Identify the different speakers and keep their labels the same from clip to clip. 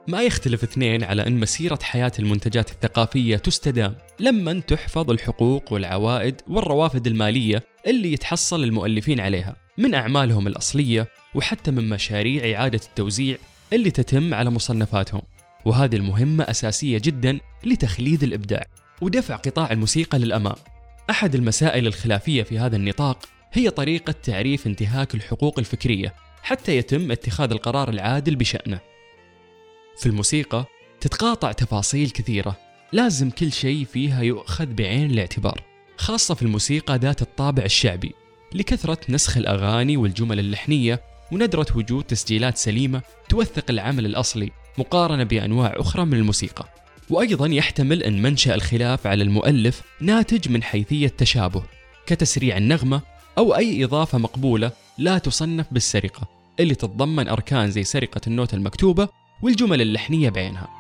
Speaker 1: ما يختلف اثنين على أن مسيرة حياة المنتجات الثقافية تستدام لما تحفظ الحقوق والعوائد والروافد المالية اللي يتحصل المؤلفين عليها من أعمالهم الأصلية، وحتى من مشاريع إعادة التوزيع اللي تتم على مصنفاتهم. وهذه المهمة أساسية جدا لتخليد الإبداع ودفع قطاع الموسيقى للأمام. أحد المسائل الخلافية في هذا النطاق هي طريقة تعريف انتهاك الحقوق الفكرية حتى يتم اتخاذ القرار العادل بشأنه. في الموسيقى تتقاطع تفاصيل كثيرة، لازم كل شيء فيها يؤخذ بعين الاعتبار، خاصة في الموسيقى ذات الطابع الشعبي لكثرة نسخ الأغاني والجمل اللحنية وندرة وجود تسجيلات سليمة توثق العمل الأصلي مقارنة بأنواع أخرى من الموسيقى. وأيضا يحتمل أن منشأ الخلاف على المؤلف ناتج من حيثية تشابه كتسريع النغمة أو أي إضافة مقبولة لا تصنف بالسرقة اللي تتضمن أركان زي سرقة النوتة المكتوبة والجمل اللحنية بعينها.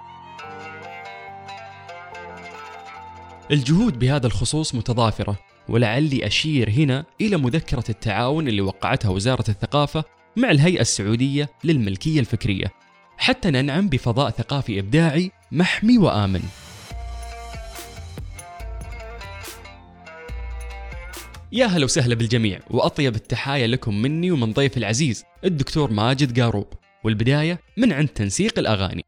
Speaker 1: الجهود بهذا الخصوص متضافرة، ولعلي أشير هنا إلى مذكرة التعاون اللي وقعتها وزارة الثقافة مع الهيئة السعودية للملكية الفكرية حتى ننعم بفضاء ثقافي إبداعي محمي وآمن. يا هلا وسهلا بالجميع، وأطيب التحايا لكم مني ومن ضيف العزيز الدكتور ماجد قاروب، والبداية من عند تنسيق الأغاني.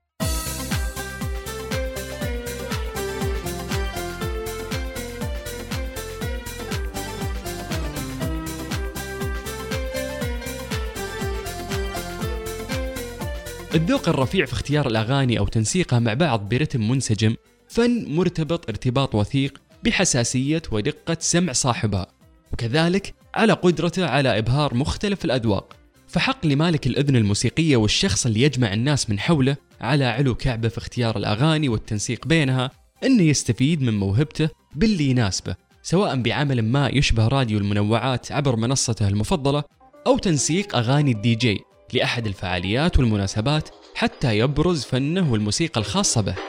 Speaker 1: الذوق الرفيع في اختيار الأغاني أو تنسيقها مع بعض برتم منسجم فن مرتبط ارتباط وثيق بحساسية ودقة سمع صاحبها، وكذلك على قدرته على إبهار مختلف الأذواق. فحق لمالك الأذن الموسيقية والشخص اللي يجمع الناس من حوله على علو كعبه في اختيار الأغاني والتنسيق بينها أنه يستفيد من موهبته باللي يناسبه، سواء بعمل ما يشبه راديو المنوعات عبر منصته المفضلة أو تنسيق أغاني الدي جي لأحد الفعاليات والمناسبات حتى يبرز فنه والموسيقى الخاصة به.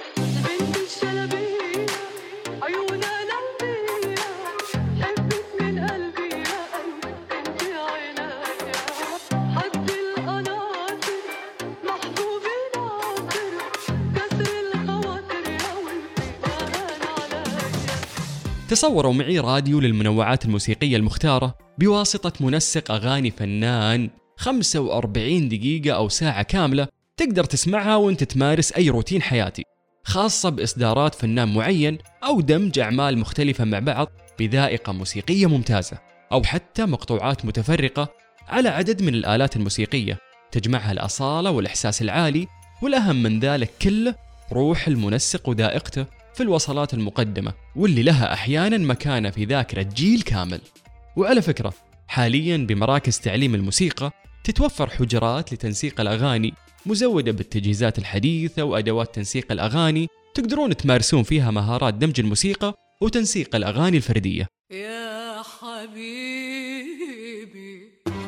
Speaker 1: تصوروا معي راديو للمنوعات الموسيقية المختارة بواسطة منسق أغاني فنان 45 دقيقة أو ساعة كاملة تقدر تسمعها وانت تمارس أي روتين حياتي، خاصة بإصدارات فنان معين أو دمج أعمال مختلفة مع بعض بذائقة موسيقية ممتازة، أو حتى مقطوعات متفرقة على عدد من الآلات الموسيقية تجمعها الأصالة والإحساس العالي، والأهم من ذلك كله روح المنسق وذائقته في الوصلات المقدمة واللي لها أحيانا مكانة في ذاكرة جيل كامل. وعلى فكرة حاليا بمراكز تعليم الموسيقى تتوفر حجرات لتنسيق الأغاني مزودة بالتجهيزات الحديثة وأدوات تنسيق الأغاني تقدرون تمارسون فيها مهارات دمج الموسيقى وتنسيق الأغاني الفردية.
Speaker 2: يا حبيبي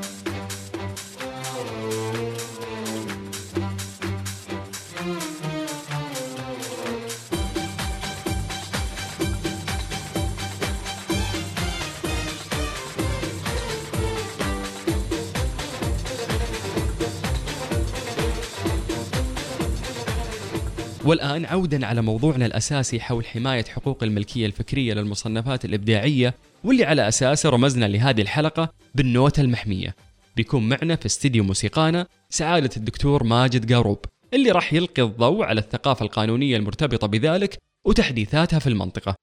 Speaker 1: والآن عوداً على موضوعنا الأساسي حول حماية حقوق الملكية الفكرية للمصنفات الإبداعية، واللي على أساسه رمزنا لهذه الحلقة بالنوتة المحمية. بيكون معنا في استديو موسيقانا سعادة الدكتور ماجد قاروب اللي راح يلقي الضوء على الثقافة القانونية المرتبطة بذلك وتحديثاتها في المنطقة.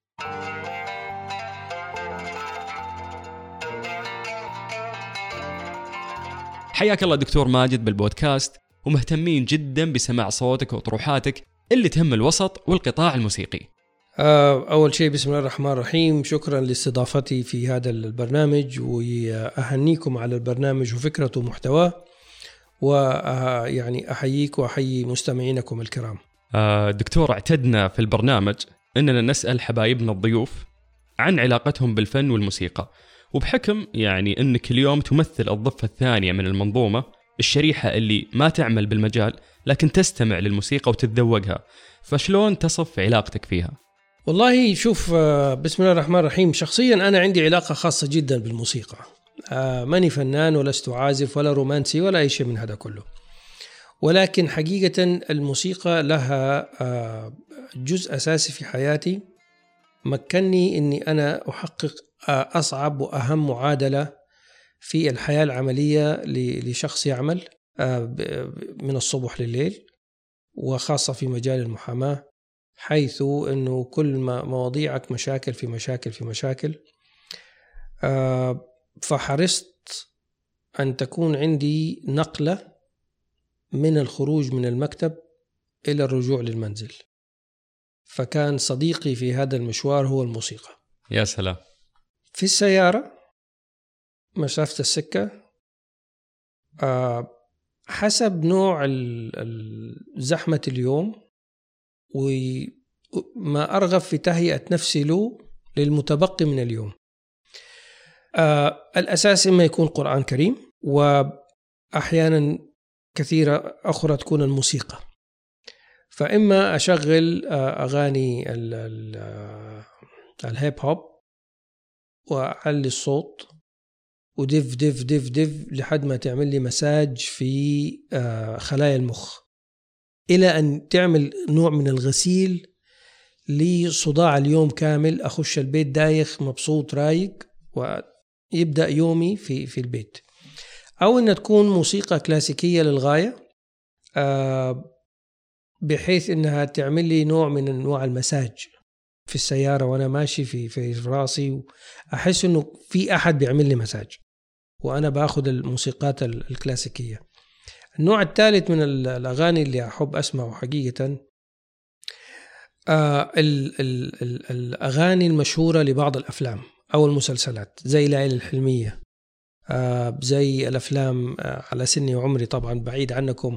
Speaker 1: حياك الله دكتور ماجد بالبودكاست، ومهتمين جدا بسماع صوتك وطروحاتك اللي تهم الوسط والقطاع الموسيقي.
Speaker 3: أول شيء بسم الله الرحمن الرحيم، شكرا لاستضافتي في هذا البرنامج، وأهنيكم على البرنامج وفكرته ومحتواه، ويعني أحييك وأحيي مستمعينكم الكرام.
Speaker 1: دكتور، اعتدنا في البرنامج أننا نسأل حبايبنا الضيوف عن علاقتهم بالفن والموسيقى، وبحكم يعني أنك اليوم تمثل الضفة الثانية من المنظومة، الشريحة اللي ما تعمل بالمجال لكن تستمع للموسيقى وتتذوقها، فشلون تصف علاقتك فيها؟
Speaker 3: والله شوف، بسم الله الرحمن الرحيم، شخصيا أنا عندي علاقة خاصة جدا بالموسيقى. ماني فنان ولست عازف ولا رومانسي ولا أي شيء من هذا كله، ولكن حقيقة الموسيقى لها جزء أساسي في حياتي، مكنني أني أنا أحقق أصعب وأهم معادلة في الحياة العملية لشخص يعمل من الصبح لليل، وخاصة في مجال المحاماة، حيث أنه كل مواضيعك مشاكل في مشاكل في مشاكل. فحرصت أن تكون عندي نقلة من الخروج من المكتب إلى الرجوع للمنزل، فكان صديقي في هذا المشوار هو الموسيقى.
Speaker 1: يا سلام. في
Speaker 3: السيارة مسافة السكة حسب نوع زحمة اليوم وما أرغب في تهيئة نفسي له للمتبقي من اليوم. الأساس إما يكون قرآن كريم، وأحيانا كثيرة أخرى تكون الموسيقى. فإما أشغل أغاني الهيب هوب وأعلي الصوت ودف دف دف دف لحد ما تعمل لي مساج في خلايا المخ، إلى أن تعمل نوع من الغسيل لصداع اليوم كامل. أخش البيت دايخ مبسوط رايق ويبدأ يومي في البيت. أو أن تكون موسيقى كلاسيكية للغاية، بحيث أنها تعمل لي نوع من أنواع المساج في السيارة وأنا ماشي في راسي، وأحس أنه في أحد بيعمل لي مساج وأنا بأخذ الموسيقات الكلاسيكية. النوع الثالث من الأغاني اللي أحب أسمعه حقيقة الأغاني المشهورة لبعض الأفلام أو المسلسلات، زي ليالي الحلمية، زي الأفلام على سني وعمري طبعا بعيد عنكم،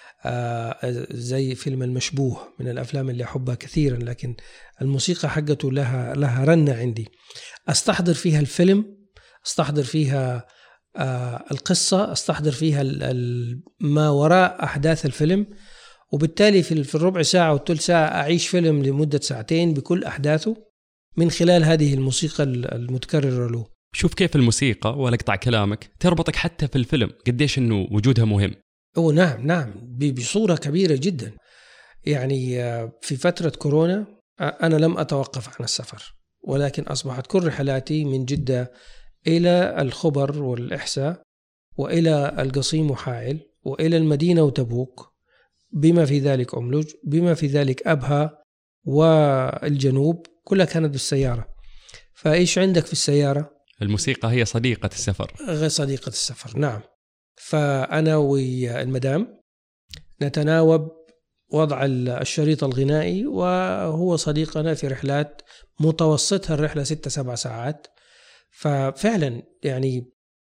Speaker 3: زي فيلم المشبوه من الأفلام اللي أحبها كثيرا، لكن الموسيقى حقته لها رنة عندي. أستحضر فيها الفيلم، أستحضر فيها القصة، أستحضر فيها ما وراء أحداث الفيلم، وبالتالي في الربع ساعة والثلث ساعة أعيش فيلم لمدة ساعتين بكل أحداثه من خلال هذه الموسيقى المتكررة له.
Speaker 1: شوف كيف الموسيقى، ولا أقطع كلامك، تربطك حتى في الفيلم، قديش إنه وجودها مهم.
Speaker 3: نعم بصورة كبيرة جدا. يعني في فترة كورونا أنا لم أتوقف عن السفر، ولكن أصبحت كل رحلاتي من جدة إلى الخبر والإحساء، وإلى القصيم وحائل، وإلى المدينة وتبوك، بما في ذلك أملج، بما في ذلك أبها والجنوب، كلها كانت بالسيارة. فإيش عندك في السيارة؟
Speaker 1: الموسيقى هي صديقة السفر.
Speaker 3: صديقة السفر، نعم. فأنا والمدام نتناوب وضع الشريط الغنائي، وهو صديقنا في رحلات متوسطها الرحلة 6-7 ساعات. ففعلا يعني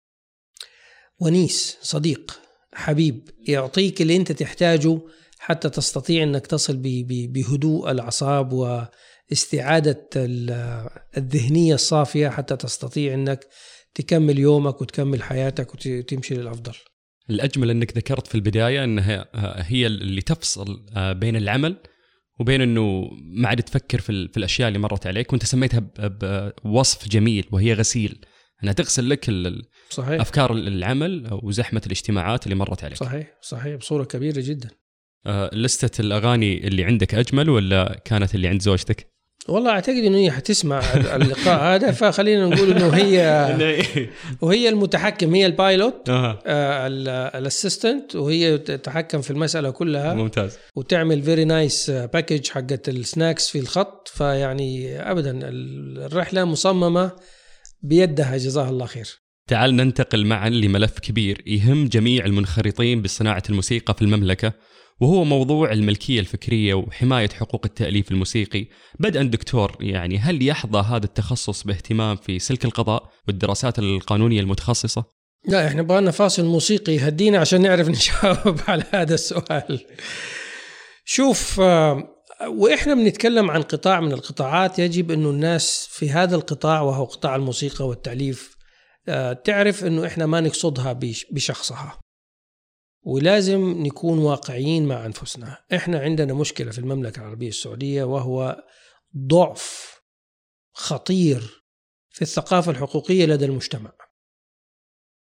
Speaker 3: ونيس، صديق، حبيب، يعطيك اللي انت تحتاجه حتى تستطيع انك تصل بهدوء الأعصاب واستعادة الذهنية الصافية، حتى تستطيع انك تكمل يومك وتكمل حياتك وتمشي للأفضل.
Speaker 1: الأجمل أنك ذكرت في البداية أنها هي اللي تفصل بين العمل وبين أنه ما عاد تفكر في الأشياء اللي مرت عليك، وأنت سميتها بوصف جميل وهي غسيل، أنها تغسل لك
Speaker 3: صحيح.
Speaker 1: أفكار العمل وزحمة الاجتماعات اللي مرت عليك.
Speaker 3: صحيح بصورة كبيرة جدا.
Speaker 1: لستة الأغاني اللي عندك أجمل ولا كانت اللي عند زوجتك؟
Speaker 3: والله أعتقد إنه هي حتسمع اللقاء هذا، فخلينا نقول إنه وهي المتحكم، هي البايلوت، الاسيستنت، وهي تتحكم في المسألة كلها.
Speaker 1: ممتاز.
Speaker 3: وتعمل فيري نايس باكج حقت السناكس في الخط. فيعني أبدا الرحلة مصممة بيدها، جزاها الله خير.
Speaker 1: تعال ننتقل معا لملف كبير يهم جميع المنخرطين بصناعة الموسيقى في المملكة، وهو موضوع الملكية الفكرية وحماية حقوق التأليف الموسيقي. بدءا دكتور، يعني هل يحظى هذا التخصص باهتمام في سلك القضاء والدراسات القانونية المتخصصة؟
Speaker 3: لا، احنا بغانا فاصل موسيقي يهدينا عشان نعرف نجاوب على هذا السؤال. شوف، وإحنا بنتكلم عن قطاع من القطاعات، يجب أنه الناس في هذا القطاع وهو قطاع الموسيقى والتأليف تعرف أنه إحنا ما نقصدها بشخصها، ولازم نكون واقعيين مع أنفسنا. إحنا عندنا مشكلة في المملكة العربية السعودية، وهو ضعف خطير في الثقافة الحقوقية لدى المجتمع.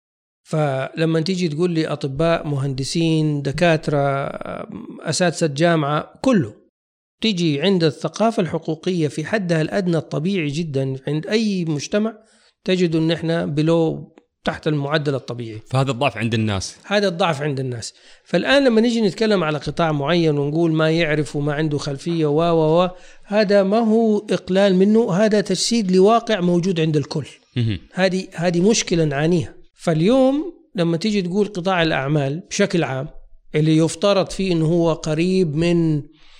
Speaker 3: فلما تيجي تقول لي أطباء، مهندسين، دكاترة، أساتذة جامعة، كله تيجي عند الثقافة الحقوقية في حدها الأدنى الطبيعي جدا عند أي مجتمع تجد أن إحنا تحت المعدل الطبيعي.
Speaker 1: فهذا الضعف عند الناس،
Speaker 3: هذا الضعف عند الناس. فالآن لما نيجي نتكلم على قطاع معين ونقول ما يعرف وما عنده خلفية هذا ما هو إقلال منه، هذا تجسيد لواقع موجود عند الكل. هذه مشكلة نعانيها. فاليوم لما تيجي تقول قطاع الأعمال بشكل عام اللي يفترض فيه أنه هو قريب من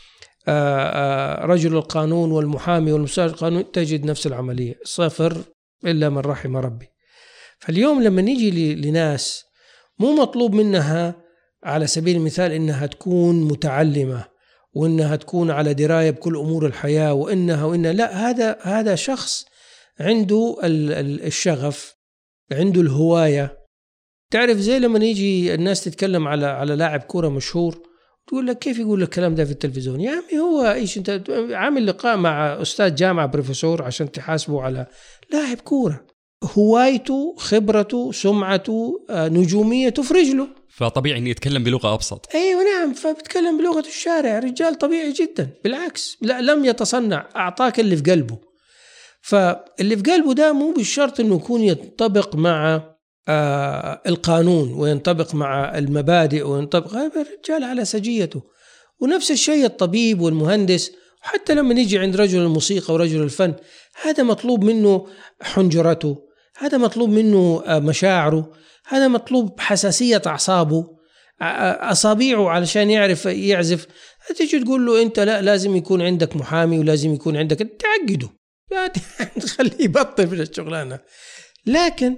Speaker 3: رجل القانون والمحامي والمستشار القانوني، تجد نفس العملية، صفر إلا من رحم ربي. فاليوم لما نيجي لناس مو مطلوب منها على سبيل المثال إنها تكون متعلمة وإنها تكون على دراية بكل أمور الحياة وإنها لا، هذا شخص عنده الشغف، عنده الهواية. تعرف زي لما يجي الناس تتكلم على لاعب كورة مشهور، تقول لك كيف يقول لك الكلام ده في التلفزيون؟ يا عمي هو إيش أنت عامل لقاء مع أستاذ جامعة بروفيسور عشان تحاسبه على لاعب كورة؟ هوايته، خبرته، سمعته، نجوميته في رجله،
Speaker 1: فطبيعي إنه يتكلم بلغة أبسط.
Speaker 3: أيوة نعم، فبتكلم بلغة الشارع، رجال طبيعي جدا. بالعكس، لا، لم يتصنع، أعطاك اللي في قلبه. فاللي في قلبه ده مو بالشرط إنه يكون ينطبق مع القانون وينطبق مع المبادئ وينطبق، الرجال على سجيته. ونفس الشيء الطبيب والمهندس، حتى لما نيجي عند رجل الموسيقى ورجل الفن، هذا مطلوب منه حنجرته، هذا مطلوب منه مشاعره، هذا مطلوب حساسية أعصابه، أصابيعه علشان يعرف يعزف. تيجي تقول له أنت لا، لازم يكون عندك محامي ولازم يكون عندك، تعقده، تخليه يبطل في الشغلانة. لكن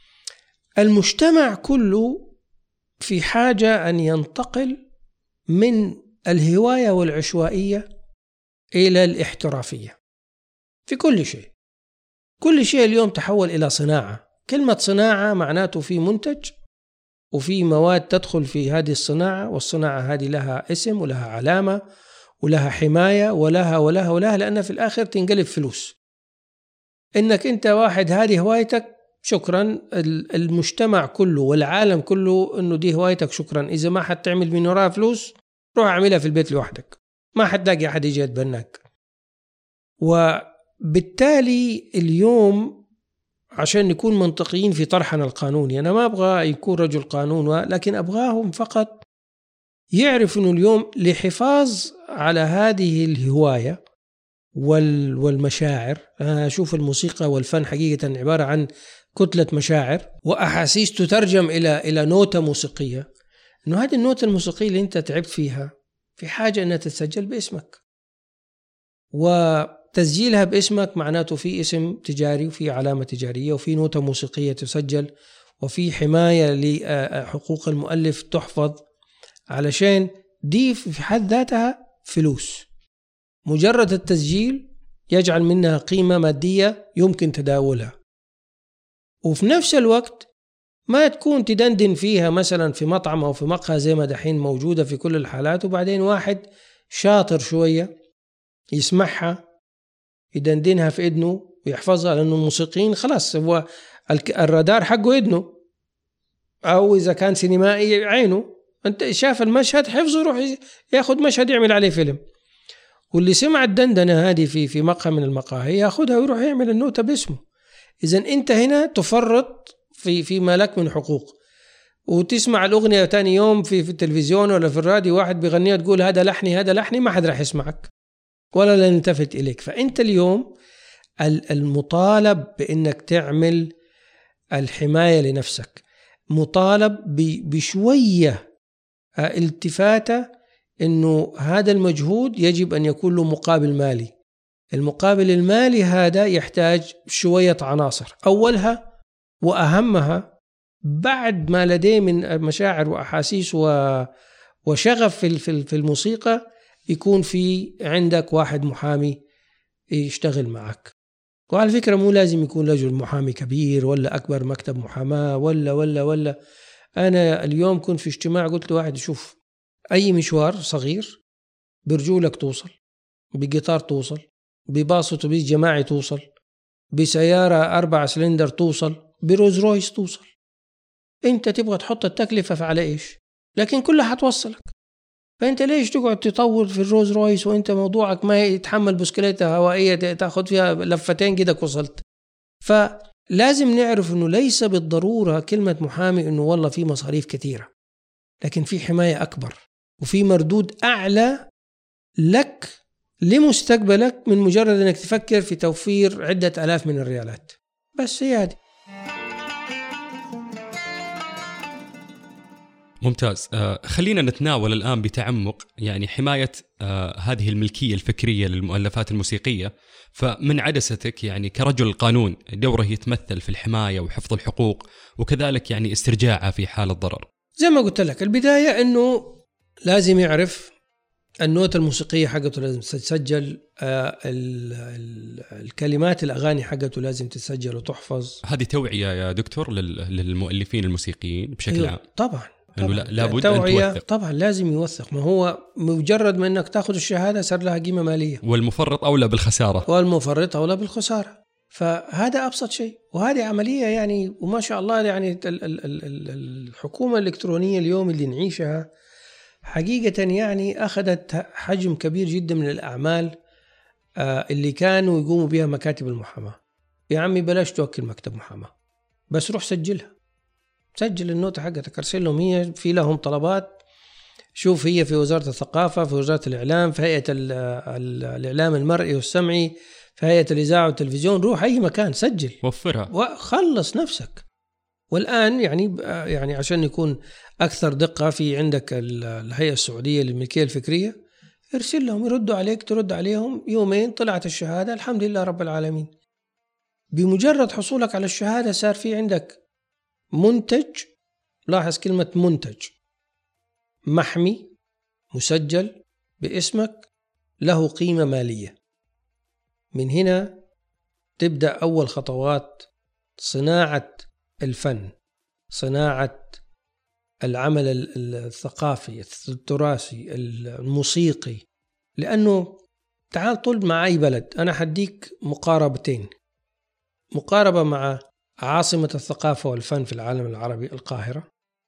Speaker 3: المجتمع كله في حاجة أن ينتقل من الهواية والعشوائية إلى الاحترافية في كل شيء. كل شيء اليوم تحول إلى صناعة. كلمة صناعة معناته في منتج وفي مواد تدخل في هذه الصناعة، والصناعة هذه لها اسم ولها علامة ولها حماية ولها لأنها في الآخر تنقلب فلوس. إنك أنت واحد هذه هوايتك، شكرا، المجتمع كله والعالم كله إنه دي هوايتك، شكرا. إذا ما حد تعمل من وراها فلوس، روح اعملها في البيت لوحدك، ما حد لاقي أحد يجي يتبناك. وبالتالي اليوم عشان نكون منطقيين في طرحنا القانوني، أنا ما أبغى يكون رجل قانون، لكن أبغاهم فقط يعرفوا إنه اليوم لحفاظ على هذه الهواية والمشاعر. أنا أشوف الموسيقى والفن حقيقة عبارة عن كتلة مشاعر وأحاسيس تترجم إلى نوتة موسيقية. إنه هذه النوتة الموسيقية اللي أنت تعبت فيها في حاجة أنها تتسجل باسمك، وتسجيلها باسمك معناته في اسم تجاري وفي علامة تجارية وفي نوتة موسيقية تسجل وفي حماية لحقوق المؤلف تحفظ، علشان دي في حد ذاتها فلوس. مجرد التسجيل يجعل منها قيمة مادية يمكن تداولها، وفي نفس الوقت ما تكون تدندن فيها مثلا في مطعم أو في مقهى زي ما دحين موجودة في كل الحالات، وبعدين واحد شاطر شوية يسمعها يدندنها في إذنه ويحفظها، لأنه الموسيقيين خلاص هو الرادار حقه إذنه، أو إذا كان سينمائي عينه، أنت شاف المشهد حفظه يروح ياخد مشهد يعمل عليه فيلم. واللي سمع الدندنة هذه في مقهى من المقاهي ياخدها ويروح يعمل النوتة باسمه. إذن أنت هنا تفرط في ما لك من حقوق، وتسمع الأغنية تاني يوم في التلفزيون ولا في الراديو واحد بيغنيها تقول هذا لحني، ما حد راح يسمعك ولا لن يلتفت إليك. فأنت اليوم المطالب بأنك تعمل الحماية لنفسك، مطالب بشوية التفاتة إنه هذا المجهود يجب أن يكون له مقابل مالي. المقابل المالي هذا يحتاج شوية عناصر، أولها وأهمها بعد ما لديه من مشاعر وأحاسيس وشغف في الموسيقى، يكون في عندك واحد محامي يشتغل معك. وعلى فكرة مو لازم يكون رجل محامي كبير ولا أكبر مكتب محاماة ولا. أنا اليوم كنت في اجتماع قلت لواحد شوف، أي مشوار صغير برجولك توصل، بقطار توصل، بباص أتوبيس جماعي توصل، بسيارة 4 سلندر توصل، بروز رويس توصل. أنت تبغى تحط التكلفة على إيش؟ لكن كلها حتوصلك. فأنت ليش تقعد تطور في الروز رويس وأنت موضوعك ما يتحمل بسكليتة هوائية تأخذ فيها لفتين كده وصلت؟ فلازم نعرف أنه ليس بالضرورة كلمة محامي أنه والله في مصاريف كثيرة، لكن في حماية أكبر وفي مردود أعلى لك لمستقبلك من مجرد أنك تفكر في توفير عدة آلاف من الريالات. بس هي هذه.
Speaker 1: ممتاز. خلينا نتناول الآن بتعمق يعني حماية هذه الملكية الفكرية للمؤلفات الموسيقية. فمن عدستك يعني كرجل قانون دوره يتمثل في الحماية وحفظ الحقوق وكذلك يعني استرجاعها في حال الضرر.
Speaker 3: زي ما قلت لك البداية أنه لازم يعرف النوتة الموسيقية حقته لازم تتسجل، الكلمات الأغاني حقته لازم تتسجل وتحفظ.
Speaker 1: هذه توعية يا دكتور للمؤلفين الموسيقيين بشكل عام.
Speaker 3: طبعا
Speaker 1: إنه لابد أن توثق.
Speaker 3: طبعا لازم يوثق. ما هو مجرد ما أنك تأخذ الشهادة صار لها قيمة مالية.
Speaker 1: والمفرط أولى بالخسارة.
Speaker 3: والمفرط أولى بالخسارة. فهذا أبسط شيء، وهذه عملية يعني وما شاء الله يعني الحكومة الإلكترونية اليوم اللي نعيشها حقيقة يعني أخذت حجم كبير جدا من الأعمال اللي كانوا يقوموا بها مكاتب المحاماة. يا عمي بلاش توكل مكتب محاماة، بس روح سجلها، سجل النوتة حقتك، ارسل لهم، هي في لهم طلبات. شوف هي في وزارة الثقافة، في وزارة الإعلام، في هيئة الإعلام المرئي والسمعي، في هيئة الإذاعة والتلفزيون، روح أي مكان سجل
Speaker 1: وفرها
Speaker 3: وخلص نفسك. والآن يعني عشان يكون أكثر دقة، في عندك الهيئة السعودية للملكية الفكرية، ارسل لهم يردوا عليك، ترد عليهم يومين، طلعت الشهادة الحمد لله رب العالمين. بمجرد حصولك على الشهادة صار في عندك منتج، لاحظ كلمة منتج، محمي مسجل باسمك له قيمة مالية. من هنا تبدأ أول خطوات صناعة الفن، صناعة العمل الثقافي التراثي الموسيقي. لأنه تعال طول مع أي بلد، أنا حديك مقاربتين، مقاربة مع عاصمة الثقافة والفن في العالم العربي القاهرة،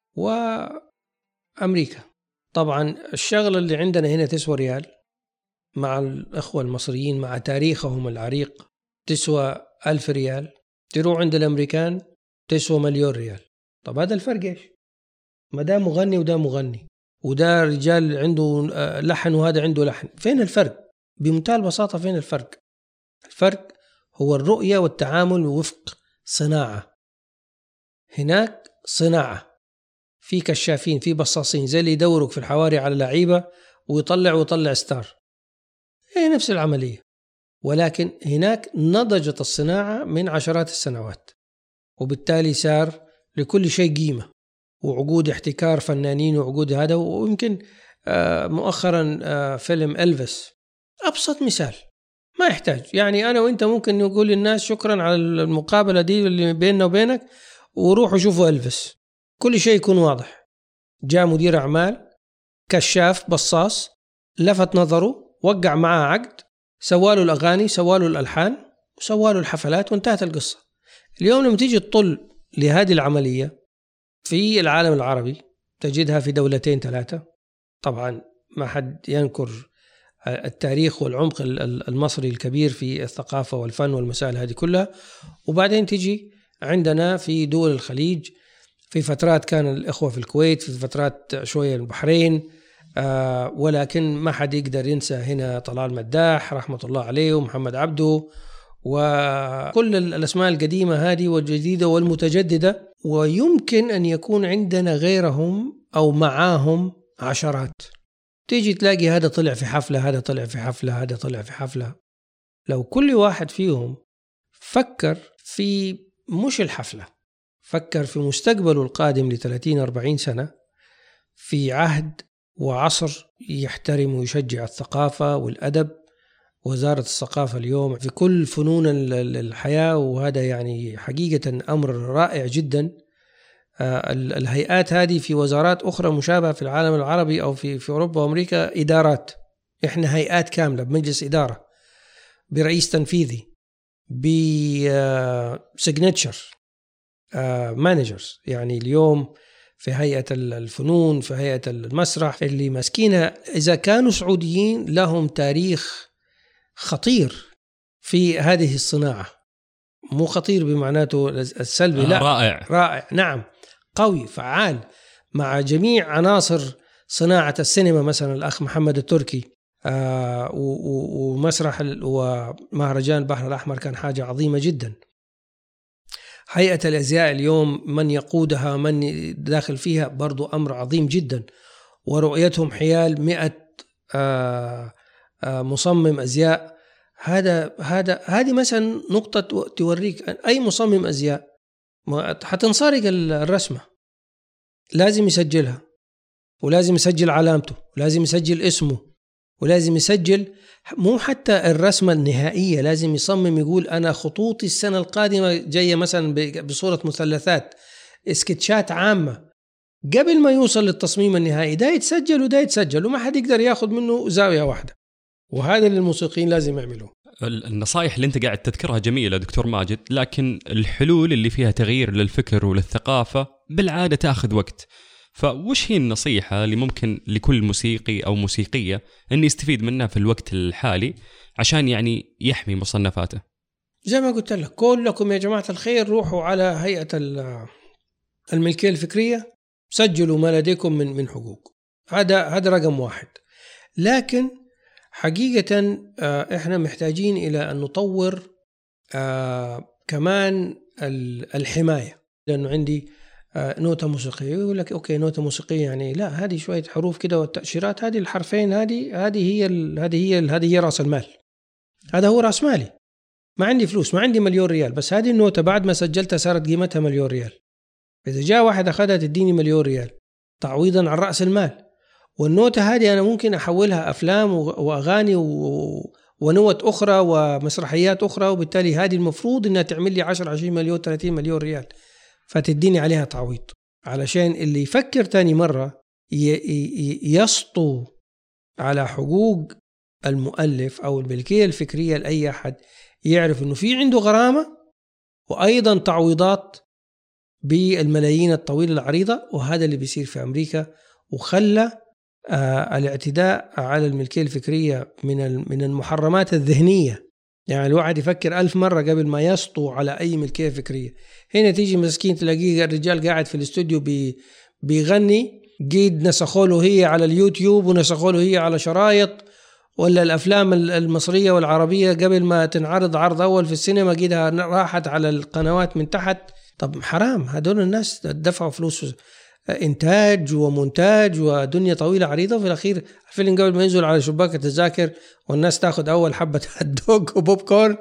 Speaker 3: وأمريكا. طبعا الشغلة اللي عندنا هنا تسوى ريال، مع الأخوة المصريين مع تاريخهم العريق تسوى 1000 ريال، تروح عند الأمريكان تسوى 1,000,000 ريال. طب هذا الفرق إيش؟ ما ده مغني وده مغني، وده رجال عنده لحن وهذا عنده لحن. فين الفرق؟ بمنتهى البساطة فين الفرق؟ الفرق هو الرؤية والتعامل وفق صناعة. هناك صناعة، في كشافين، في بصاصين زي اللي يدورك في الحواري على لعيبة ويطلع ستار. هي نفس العملية، ولكن هناك نضجت الصناعة من عشرات السنوات، وبالتالي صار لكل شيء قيمة وعقود احتكار فنانين وعقود هذا. ويمكن مؤخرا فيلم ألفيس أبسط مثال، ما يحتاج يعني أنا وإنت ممكن نقول للناس شكرا على المقابلة دي اللي بيننا وبينك، وروحوا شوفوا ألفيس، كل شيء يكون واضح. جاء مدير أعمال كشاف بصاص لفت نظره، وقع معاه عقد، سواله الأغاني، سواله الألحان، وسواله الحفلات، وانتهت القصة. اليوم لما تيجي تطل لهذه العملية في العالم العربي تجدها في دولتين ثلاثة. طبعا ما حد ينكر التاريخ والعمق المصري الكبير في الثقافة والفن والمسائل هذه كلها. وبعدين تيجي عندنا في دول الخليج، في فترات كان الإخوة في الكويت، في فترات شوية البحرين، ولكن ما حد يقدر ينسى هنا طلال مداح رحمة الله عليه، ومحمد عبده، وكل الأسماء القديمة هذه والجديدة والمتجددة. ويمكن أن يكون عندنا غيرهم أو معاهم عشرات. تيجي تلاقي هذا طلع في حفلة، هذا طلع في حفلة، هذا طلع في حفلة. لو كل واحد فيهم فكر في مش الحفلة، فكر في مستقبله القادم ل30-40 سنة في عهد وعصر يحترم ويشجع الثقافة والأدب. وزارة الثقافة اليوم في كل فنون الحياة، وهذا يعني حقيقة أمر رائع جدا. الهيئات هذه في وزارات أخرى مشابهة في العالم العربي أو في أوروبا وأمريكا إدارات، إحنا هيئات كاملة بمجلس إدارة برئيس تنفيذي بسيجنتشر مانجرز، يعني اليوم في هيئة الفنون، في هيئة المسرح اللي ماسكينها، إذا كانوا سعوديين لهم تاريخ خطير في هذه الصناعة. مو خطير بمعناته السلبي، لا، رائع، نعم، قوي، فعال، مع جميع عناصر صناعة السينما. مثلا الأخ محمد التركي، ومسرح ومهرجان البحر الأحمر كان حاجة عظيمة جدا. هيئة الأزياء اليوم من يقودها، من داخل فيها، برضو أمر عظيم جدا، ورؤيتهم حيال 100 مصمم أزياء. هذه مثلا نقطة توريك أي مصمم أزياء حتنسرق الرسمة، لازم يسجلها، ولازم يسجل علامته، ولازم يسجل اسمه، ولازم يسجل مو حتى الرسمة النهائية، لازم يصمم يقول أنا خطوطي السنة القادمة جاية مثلا بصورة مثلثات، اسكتشات عامة قبل ما يوصل للتصميم النهائي. ده يتسجل وده يتسجل، وما حد يقدر ياخد منه زاوية واحدة. وهذا اللي الموسيقيين لازم يعملوه.
Speaker 1: النصائح اللي انت قاعد تذكرها جميلة دكتور ماجد، لكن الحلول اللي فيها تغيير للفكر وللثقافة بالعادة تأخذ وقت. فوش هي النصيحة اللي ممكن لكل موسيقي أو موسيقية أن يستفيد منها في الوقت الحالي عشان يعني يحمي مصنفاته؟
Speaker 3: زي ما قلت لك، كلكم يا جماعة الخير روحوا على هيئة الملكية الفكرية، سجلوا ما لديكم من حقوق. هذا رقم واحد. لكن حقيقة احنا محتاجين إلى أن نطور كمان الحماية، لأنه عندي نوتة موسيقية، يقول لك أوكي نوتة موسيقية يعني لا، هذه شوية حروف كده والتأشيرات، هذه الحرفين، هذه هي رأس المال، هذا هو رأس مالي. ما عندي فلوس، ما عندي $1,000,000، بس هذه النوتة بعد ما سجلتها صارت قيمتها $1,000,000. إذا جاء واحد أخذها تديني $1,000,000 تعويضا عن رأس المال. والنوتة هذه أنا ممكن أحولها أفلام وأغاني ونوت أخرى ومسرحيات أخرى، وبالتالي هذه المفروض أنها تعمل لي 10 20 مليون 30 مليون ريال، فتديني عليها تعويض. علشان اللي يفكر تاني مرة يسطو على حقوق المؤلف أو الملكية الفكرية لأي أحد، يعرف أنه في عنده غرامة وأيضا تعويضات بالملايين الطويلة العريضة. وهذا اللي بيصير في أمريكا، وخلى الاعتداء على الملكية الفكرية من المحرمات الذهنية. يعني الواحد يفكر 1000 مرة قبل ما يسطو على أي ملكية فكرية. هنا تيجي مسكين تلاقيه الرجال قاعد في الاستوديو بيغني، قيد نسخوله هي على اليوتيوب ونسخوله هي على شرايط، ولا الأفلام المصرية والعربية قبل ما تنعرض عرض أول في السينما قيدها راحت على القنوات من تحت. طب حرام، هدول الناس دفعوا فلوس إنتاج ومونتاج ودنيا طويلة عريضة، وفي الأخير الفيلم قبل ما ينزل على شباك التذاكر والناس تاخد أول حبة هاتدوغ وبوب كورن،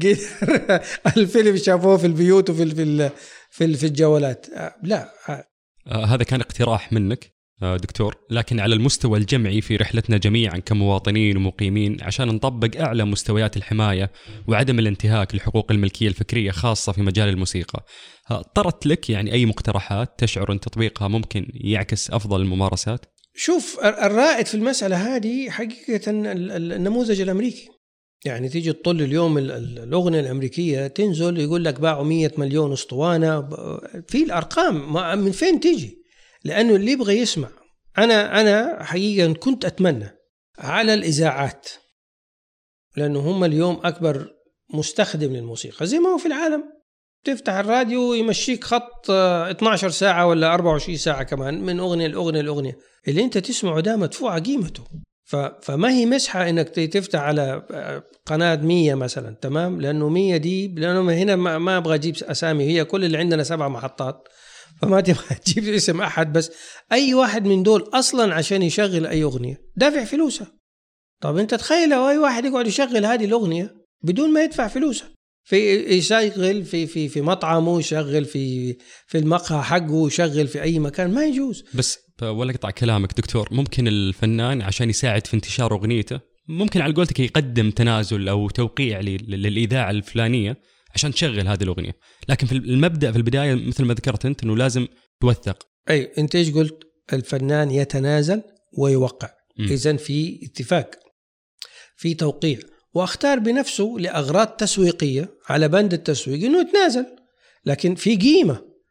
Speaker 3: الفيلم شافوه في البيوت وفي الجوالات. لا،
Speaker 1: هذا كان اقتراح منك دكتور، لكن على المستوى الجمعي في رحلتنا جميعا كمواطنين ومقيمين عشان نطبق أعلى مستويات الحماية وعدم الانتهاك لحقوق الملكية الفكرية خاصة في مجال الموسيقى، طرت لك يعني أي مقترحات تشعر أن تطبيقها ممكن يعكس أفضل الممارسات؟
Speaker 3: شوف، الرائد في المسألة هذه حقيقة النموذج الأمريكي. يعني تيجي تطل اليوم الأغنية الأمريكية تنزل يقول لك باعوا 100 مليون أسطوانة، في الأرقام من فين تيجي؟ لأنه اللي يبغى يسمع. أنا حقيقة كنت أتمنى على الإذاعات، لأنه هم اليوم أكبر مستخدم للموسيقى. زي ما هو في العالم تفتح الراديو يمشيك خط 12 ساعة ولا 24 ساعة كمان من أغنية الأغنية اللي أنت تسمعه ده مدفوع قيمته. فما هي مسحة إنك تفتح على قناة 100 مثلا، تمام، لأنه 100 دي، لأنه هنا ما أبغى أجيب أسامي، هي كل اللي عندنا 7 محطات، فما تبغى تجيب اسم أحد، بس أي واحد من دول أصلا عشان يشغل أي أغنية دافع فلوسه. طب أنت تخيل لو أي واحد يقعد يشغل هذه الأغنية بدون ما يدفع فلوسه، يشغل في مطعمه، يشغل في المقهى حقه، يشغل في أي مكان، ما يجوز.
Speaker 1: بس ولا قطع كلامك دكتور، ممكن الفنان عشان يساعد في انتشار أغنيته ممكن على قولتك يقدم تنازل أو توقيع للإذاعة الفلانية عشان تشغل هذه الأغنية، لكن في المبدأ في البداية مثل ما ذكرت أنت أنه لازم توثق.
Speaker 3: أي أنت إيش قلت؟ الفنان يتنازل ويوقع. إذن في اتفاق، في توقيع، واختار بنفسه لأغراض تسويقية على بند التسويق إنه يتنازل، لكن في قيمة.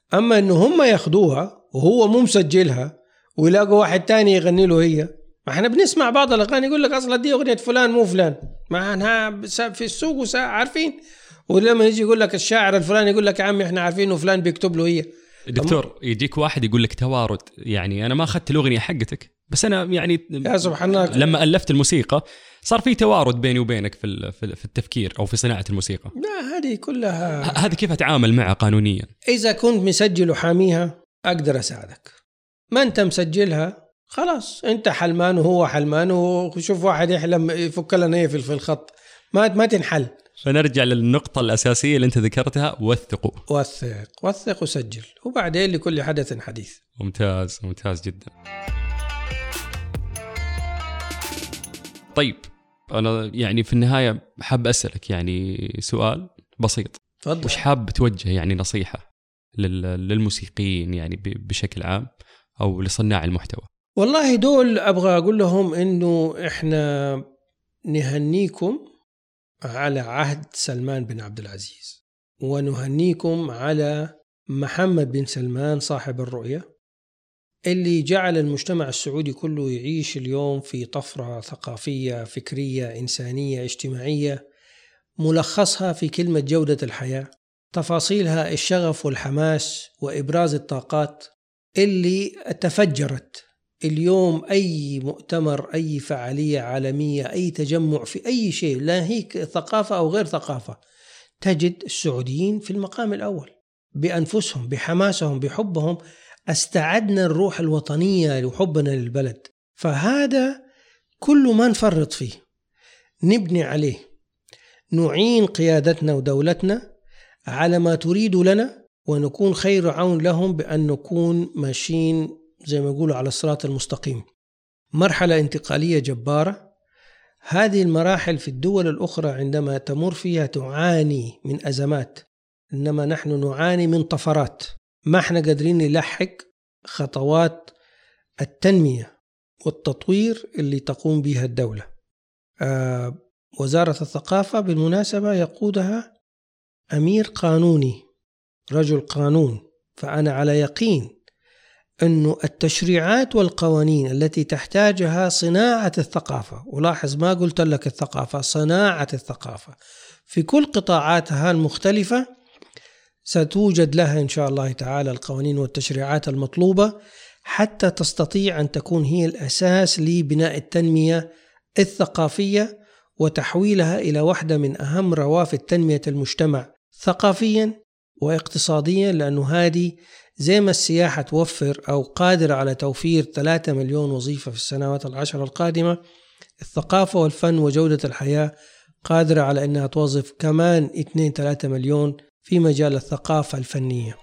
Speaker 3: أما إنه هم ياخدوها وهو مو مسجلها ويلاقوا واحد تاني يغني له هي، ما احنا بنسمع بعض الأغاني يقول لك أصلا دي أغنية فلان مو فلان، ما احنا في السوق عارفين، ولما يجي يقول لك الشاعر الفلاني يقول لك يا عمي احنا عارفين إنه فلان بيكتب له هي.
Speaker 1: دكتور يجيك واحد يقول لك توارد، يعني أنا ما أخذت الأغنية حقتك، بس أنا يعني
Speaker 3: يا سبحان الله
Speaker 1: لما ألفت الموسيقى صار في توارد بيني وبينك في التفكير أو في صناعة الموسيقى.
Speaker 3: لا هذه كلها
Speaker 1: هذا كيف أتعامل معها قانونيا؟
Speaker 3: إذا كنت مسجل وحاميها أقدر أساعدك، ما أنت مسجلها خلاص أنت حلمان وهو حلمان، وشوف واحد يحلم يفك لنا هي في الخط ما تنحل.
Speaker 1: فنرجع للنقطة الأساسية اللي أنت ذكرتها،
Speaker 3: وثق وسجل، وبعدين لكل حدث حديث.
Speaker 1: ممتاز جدا. طيب أنا يعني في النهاية حاب أسألك يعني سؤال بسيط.
Speaker 3: تفضل.
Speaker 1: وش حاب توجه يعني نصيحة للموسيقيين يعني بشكل عام أو لصناع المحتوى؟
Speaker 3: والله دول أبغى أقول لهم إنه إحنا نهنيكم على عهد سلمان بن عبد العزيز، ونهنيكم على محمد بن سلمان صاحب الرؤية اللي جعل المجتمع السعودي كله يعيش اليوم في طفرة ثقافية فكرية إنسانية اجتماعية، ملخصها في كلمة جودة الحياة، تفاصيلها الشغف والحماس وإبراز الطاقات اللي تفجرت اليوم. أي مؤتمر، أي فعالية عالمية، أي تجمع في أي شيء، لا هي ثقافة أو غير ثقافة، تجد السعوديين في المقام الأول بأنفسهم، بحماسهم، بحبهم، استعدنا الروح الوطنية وحبنا للبلد. فهذا كله ما نفرط فيه، نبني عليه، نعين قيادتنا ودولتنا على ما تريد لنا، ونكون خير عون لهم بأن نكون ماشيين زي ما يقولوا على الصراط المستقيم. مرحلة انتقالية جبارة، هذه المراحل في الدول الأخرى عندما تمر فيها تعاني من أزمات، إنما نحن نعاني من طفرات، ما احنا قادرين نلحق خطوات التنمية والتطوير اللي تقوم بها الدولة. وزارة الثقافة بالمناسبة يقودها أمير قانوني، رجل قانون، فأنا على يقين أنه التشريعات والقوانين التي تحتاجها صناعة الثقافة، ولاحظ ما قلت لك الثقافة، صناعة الثقافة في كل قطاعاتها المختلفة، ستوجد لها إن شاء الله تعالى القوانين والتشريعات المطلوبة حتى تستطيع أن تكون هي الأساس لبناء التنمية الثقافية وتحويلها إلى واحدة من أهم روافد تنمية المجتمع ثقافيا واقتصاديا، لأنه هذه زي ما السياحة توفر أو قادرة على توفير 3 مليون وظيفة في السنوات 10 القادمة، الثقافة والفن وجودة الحياة قادرة على أنها توظف كمان 2-3 مليون في مجال الثقافة الفنية.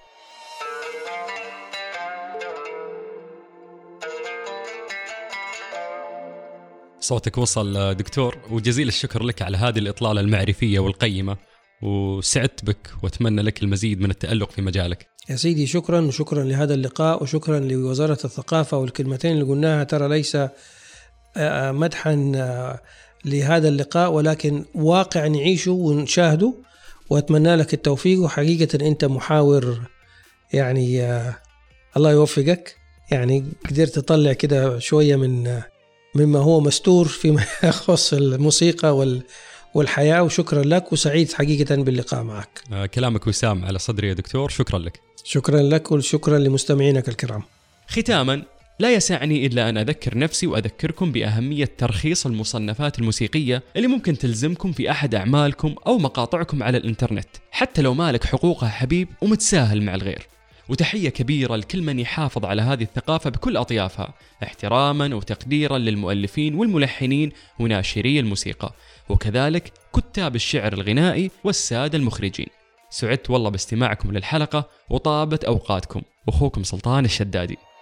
Speaker 1: صوتك وصل دكتور، وجزيل الشكر لك على هذه الإطلالة المعرفية والقيمة، وسعدت بك وأتمنى لك المزيد من التألق في مجالك.
Speaker 3: يا سيدي شكرا، وشكرا لهذا اللقاء، وشكرا لوزارة الثقافة، والكلمتين اللي قلناها ترى ليس مدحا لهذا اللقاء ولكن واقع نعيشه ونشاهده، وأتمنى لك التوفيق. وحقيقة أنت محاور يعني الله يوفقك، يعني قدرت تطلع كده شوية مما هو مستور فيما يخص الموسيقى والحياة، وشكرا لك، وسعيد حقيقة باللقاء معك.
Speaker 1: كلامك وسام على صدري يا دكتور، شكرا لك.
Speaker 3: شكرا لك وشكرا لمستمعينك الكرام.
Speaker 1: ختاما لا يسعني إلا أن أذكر نفسي وأذكركم بأهمية ترخيص المصنفات الموسيقية اللي ممكن تلزمكم في أحد أعمالكم أو مقاطعكم على الإنترنت، حتى لو مالك حقوقها حبيب ومتساهل مع الغير. وتحية كبيرة لكل من يحافظ على هذه الثقافة بكل أطيافها، احتراما وتقديرا للمؤلفين والملحنين وناشري الموسيقى، وكذلك كتاب الشعر الغنائي والسادة المخرجين. سعدت والله باستماعكم للحلقة، وطابت أوقاتكم. أخوكم سلطان الشدادي.